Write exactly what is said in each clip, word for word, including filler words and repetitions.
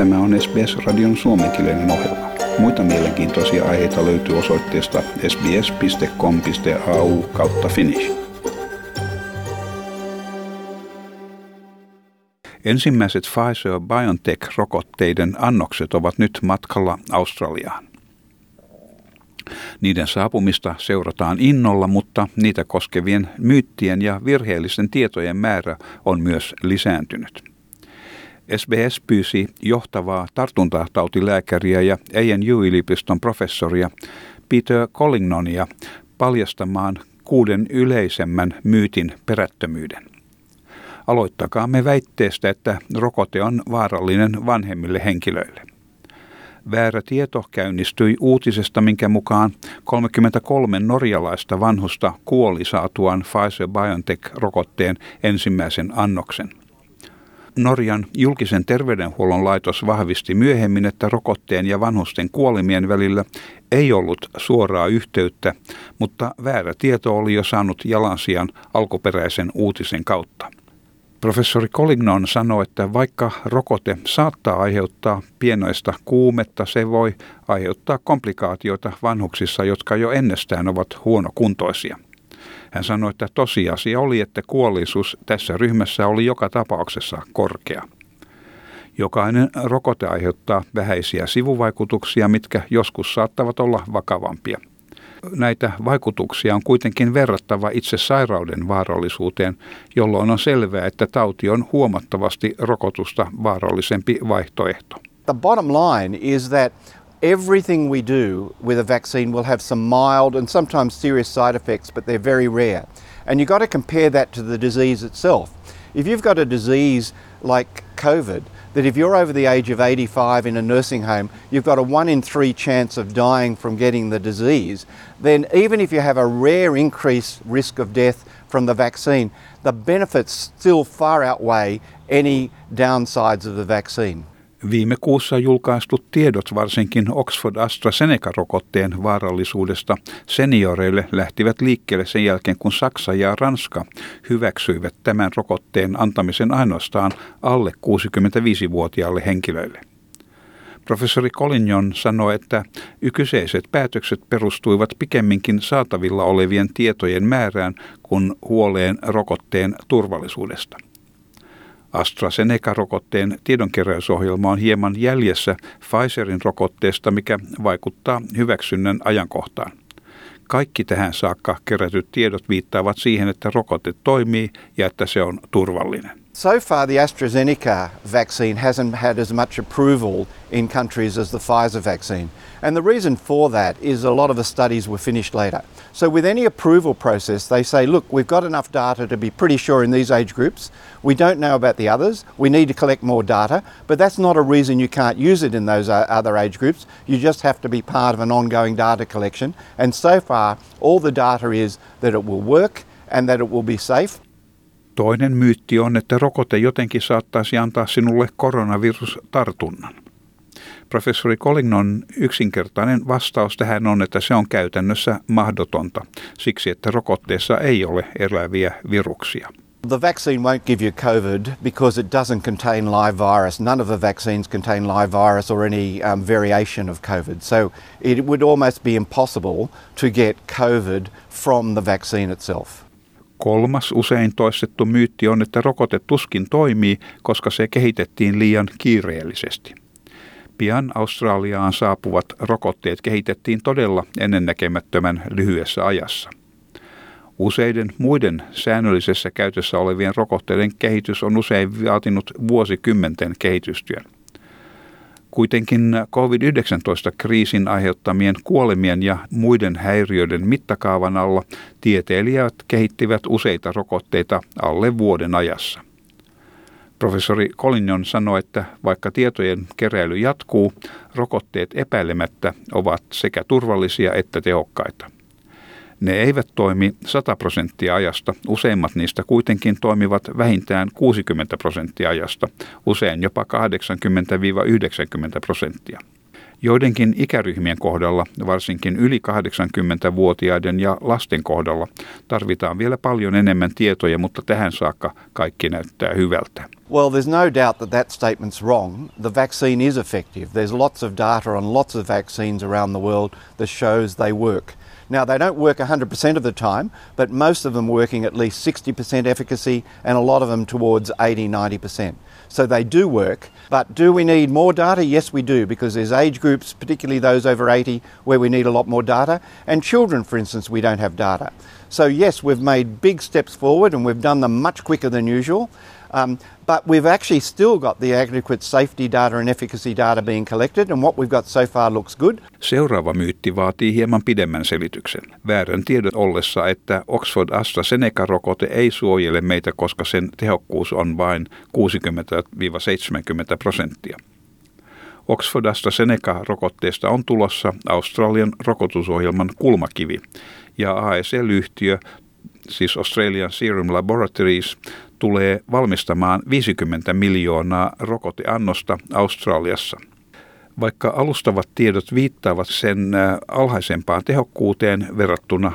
Tämä on S B S-radion suomenkielinen ohjelma. Muita mielenkiintoisia aiheita löytyy osoitteesta sbs piste com piste a u kautta finnish. Ensimmäiset Pfizer-BioNTech-rokotteiden annokset ovat nyt matkalla Australiaan. Niiden saapumista seurataan innolla, mutta niitä koskevien myyttien ja virheellisten tietojen määrä on myös lisääntynyt. S B S pyysi johtavaa tartuntatautilääkäriä ja A N U-yliopiston professoria Peter Collingnonia paljastamaan kuuden yleisemmän myytin perättömyyden. Aloittakaamme väitteestä, että rokote on vaarallinen vanhemmille henkilöille. Väärä tieto käynnistyi uutisesta, minkä mukaan kolmekymmentäkolme norjalaista vanhusta kuoli saatuaan Pfizer-BioNTech-rokotteen ensimmäisen annoksen. Norjan julkisen terveydenhuollon laitos vahvisti myöhemmin, että rokotteen ja vanhusten kuolemien välillä ei ollut suoraa yhteyttä, mutta väärä tieto oli jo saanut jalansijan alkuperäisen uutisen kautta. Professori Collignon sanoi, että vaikka rokote saattaa aiheuttaa pienoista kuumetta, se voi aiheuttaa komplikaatioita vanhuksissa, jotka jo ennestään ovat huonokuntoisia. Hän sanoi, että tosiasia oli, että kuolleisuus tässä ryhmässä oli joka tapauksessa korkea. Jokainen rokote aiheuttaa vähäisiä sivuvaikutuksia, mitkä joskus saattavat olla vakavampia. Näitä vaikutuksia on kuitenkin verrattava itse sairauden vaarallisuuteen, jolloin on selvää, että tauti on huomattavasti rokotusta vaarallisempi vaihtoehto. The bottom line is that everything we do with a vaccine will have some mild and sometimes serious side effects, but they're very rare. And you've got to compare that to the disease itself. If you've got a disease like COVID, that if you're over the age of eighty-five in a nursing home, you've got a one in three chance of dying from getting the disease, then even if you have a rare increased risk of death from the vaccine, the benefits still far outweigh any downsides of the vaccine. Viime kuussa julkaistut tiedot varsinkin Oxford-AstraZeneca-rokotteen vaarallisuudesta senioreille lähtivät liikkeelle sen jälkeen, kun Saksa ja Ranska hyväksyivät tämän rokotteen antamisen ainoastaan alle kuusikymmentäviisivuotiaille henkilöille. Professori Collignon sanoi, että kyseiset päätökset perustuivat pikemminkin saatavilla olevien tietojen määrään kuin huoleen rokotteen turvallisuudesta. AstraZeneca-rokotteen tiedonkeräysohjelma on hieman jäljessä Pfizerin rokotteesta, mikä vaikuttaa hyväksynnän ajankohtaan. Kaikki tähän saakka kerätyt tiedot viittaavat siihen, että rokote toimii ja että se on turvallinen. So far the AstraZeneca vaccine hasn't had as much approval in countries as the Pfizer vaccine. And the reason for that is a lot of the studies were finished later. So with any approval process, they say, look, we've got enough data to be pretty sure in these age groups. We don't know about the others. We need to collect more data. But that's not a reason you can't use it in those other age groups. You just have to be part of an ongoing data collection. And so far, all the data is that it will work and that it will be safe. Toinen myytti on, että rokote jotenkin saattaisi antaa sinulle koronavirustartunnan. Professori Collignon yksinkertainen vastaus tähän on, että se on käytännössä mahdotonta, siksi että rokotteessa ei ole eläviä viruksia. The vaccine won't give you COVID because it doesn't contain live virus. None of the vaccines contain live virus or any um, variation of COVID. So it would almost be impossible to get COVID from the vaccine itself. Kolmas usein toistettu myytti on, että rokote tuskin toimii, koska se kehitettiin liian kiireellisesti. Pian Australiaan saapuvat rokotteet kehitettiin todella ennennäkemättömän lyhyessä ajassa. Useiden muiden säännöllisessä käytössä olevien rokotteiden kehitys on usein vaatinut vuosikymmenten kehitystyön. Kuitenkin covid yhdeksäntoista-kriisin aiheuttamien kuolemien ja muiden häiriöiden mittakaavan alla tieteilijät kehittivät useita rokotteita alle vuoden ajassa. Professori Collignon sanoi, että vaikka tietojen keräily jatkuu, rokotteet epäilemättä ovat sekä turvallisia että tehokkaita. Ne eivät toimi sata prosenttia ajasta, useimmat niistä kuitenkin toimivat vähintään kuusikymmentä prosenttia ajasta, usein jopa kahdeksankymmentä–yhdeksänkymmentä prosenttia. Joidenkin ikäryhmien kohdalla, varsinkin yli kahdeksankymmentävuotiaiden ja lasten kohdalla, tarvitaan vielä paljon enemmän tietoja, mutta tähän saakka kaikki näyttää hyvältä. Well, there's no doubt that that statement's wrong. The vaccine is effective. There's lots of data on lots of vaccines around the world that shows they work. Now, they don't work one hundred percent of the time, but most of them working at least sixty percent efficacy and a lot of them towards eighty to ninety percent. So they do work, but do we need more data? Yes, we do, because there's age groups, particularly those over eighty, where we need a lot more data. And children, for instance, we don't have data. So yes, we've made big steps forward and we've done them much quicker than usual. Um, but we've actually still got the adequate safety data and efficacy data being collected, and what we've got so far looks good. Seuraava myytti vaatii hieman pidemmän selityksen. Väärän tiedon ollessa, että Oxford AstraZeneca-rokote ei suojele meitä, koska sen tehokkuus on vain kuusikymmentä seitsemänkymmentä prosenttia. Oxford AstraZeneca-rokotteesta on tulossa Australian rokotusohjelman kulmakivi, ja A S L-yhtiö, siis Australian Serum Laboratories, tulee valmistamaan viisikymmentä miljoonaa rokoteannosta Australiassa. Vaikka alustavat tiedot viittaavat sen alhaisempaan tehokkuuteen verrattuna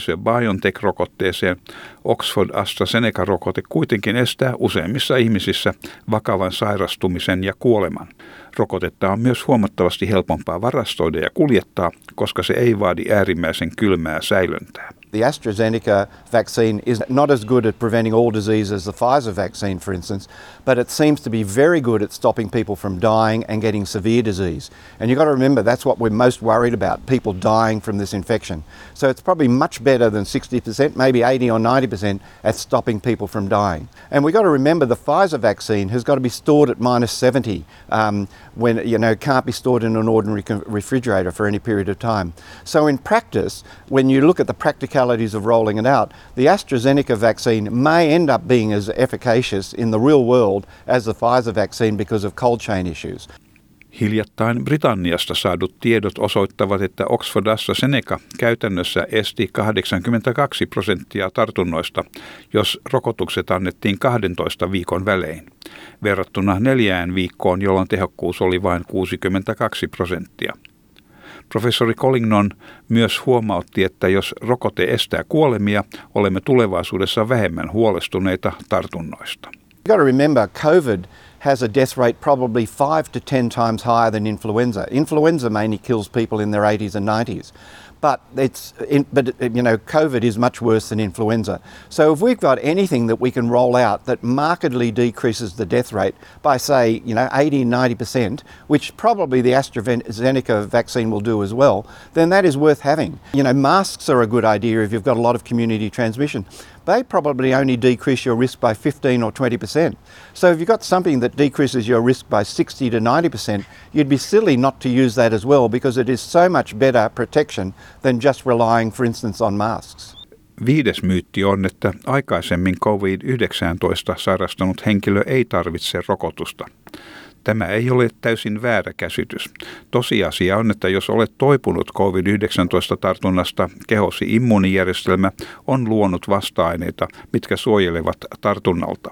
Pfizer-BioNTech-rokotteeseen, Oxford AstraZeneca-rokote kuitenkin estää useimmissa ihmisissä vakavan sairastumisen ja kuoleman. Rokotetta on myös huomattavasti helpompaa varastoida ja kuljettaa, koska se ei vaadi äärimmäisen kylmää säilöntää. The AstraZeneca vaccine is not as good at preventing all disease as the Pfizer vaccine, for instance, but it seems to be very good at stopping people from dying and getting severe disease. And you've got to remember that's what we're most worried about, people dying from this infection. So it's probably much better than sixty percent, maybe eighty or ninety percent at stopping people from dying. And we've got to remember the Pfizer vaccine has got to be stored at minus seventy um, when, you know, can't be stored in an ordinary refrigerator for any period of time. So in practice, when you look at the practicality of rolling it out, the AstraZeneca vaccine may end up being as efficacious in the real world as the Pfizer vaccine because of cold chain issues. Hiljattain Britanniasta saadut tiedot osoittavat, että Oxford AstraZeneca käytännössä esti kahdeksankymmentäkaksi prosenttia tartunnoista, jos rokotukset annettiin kahdentoista viikon välein, verrattuna neljään viikkoon, jolloin tehokkuus oli vain kuusikymmentäkaksi prosenttia. Professori Collignon myös huomautti, että jos rokote estää kuolemia, olemme tulevaisuudessa vähemmän huolestuneita tartunnoista. You've got to remember, COVID has a death rate probably five to ten times higher than influenza. Influenza mainly kills people in their eighties and nineties. But it's, in, but you know, COVID is much worse than influenza. So if we've got anything that we can roll out that markedly decreases the death rate by, say, you know, eighty, ninety percent, which probably the AstraZeneca vaccine will do as well, then that is worth having. You know, masks are a good idea if you've got a lot of community transmission. They probably only decrease your risk by fifteen or twenty percent. So if you've got something that decreases your risk by sixty to ninety percent, you'd be silly not to use that as well, because it is so much better protection than just relying, for instance, on masks. Viides myytti on, että aikaisemmin covid yhdeksäntoista sairastunut henkilö ei tarvitse rokotusta. Tämä ei ole täysin väärä käsitys. Tosiasia on, että jos olet toipunut covid yhdeksäntoista tartunnasta, kehosi immuunijärjestelmä on luonut vasta-aineita, mitkä suojelevat tartunnalta.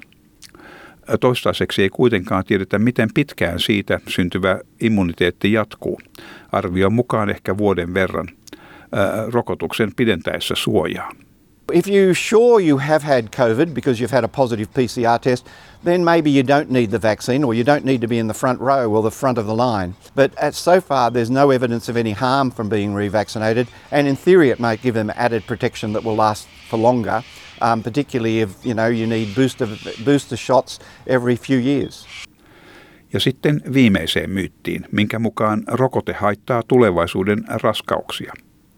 Toistaiseksi ei kuitenkaan tiedetä, miten pitkään siitä syntyvä immuniteetti jatkuu. Arvion mukaan ehkä vuoden verran ää, rokotuksen pidentäessä suojaa. If you're sure you have had COVID because you've had a positive P C R test, then maybe you don't need the vaccine, or you don't need to be in the front row or the front of the line. But as so far, there's no evidence of any harm from being revaccinated, and in theory it might give them added protection that will last for longer, um, particularly if you know you need booster booster shots every few years. Ja sitten viimeiseen myyttiin, minkä mukaan rokote haittaa tulevaisuuden raskauksia.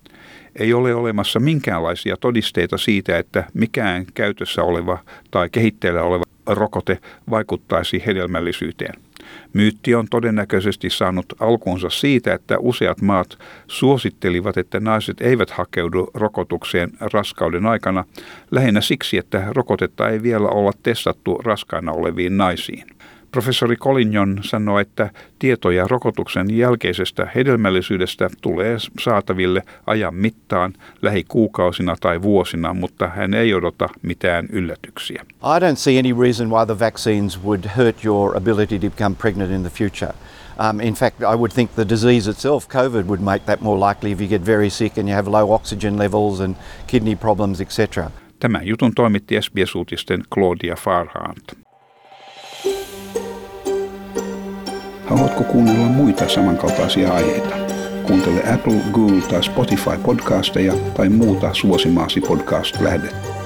Ei ole olemassa minkäänlaisia todisteita siitä, että mikään käytössä oleva tai kehitteillä oleva rokote vaikuttaisi hedelmällisyyteen. Myytti on todennäköisesti saanut alkuunsa siitä, että useat maat suosittelivat, että naiset eivät hakeudu rokotukseen raskauden aikana, lähinnä siksi, että rokotetta ei vielä olla testattu raskaana oleviin naisiin. Professori Collignon sanoi, että tietoja rokotuksen jälkeisestä hedelmällisyydestä tulee saataville ajan mittaan lähikuukausina tai vuosina, mutta hän ei odota mitään yllätyksiä. I don't see any reason why the vaccines would hurt your ability to become pregnant in the future. Um, in fact, I would think the disease itself, COVID, would make that more likely if you get very sick and you have low oxygen levels and kidney problems, et cetera. Tämän jutun toimitti S B S-uutisten Claudia Farhant. Haluatko kuunnella muita samankaltaisia aiheita? Kuuntele Apple, Google tai Spotify podcasteja tai muuta suosimaasi podcast-lähdettä.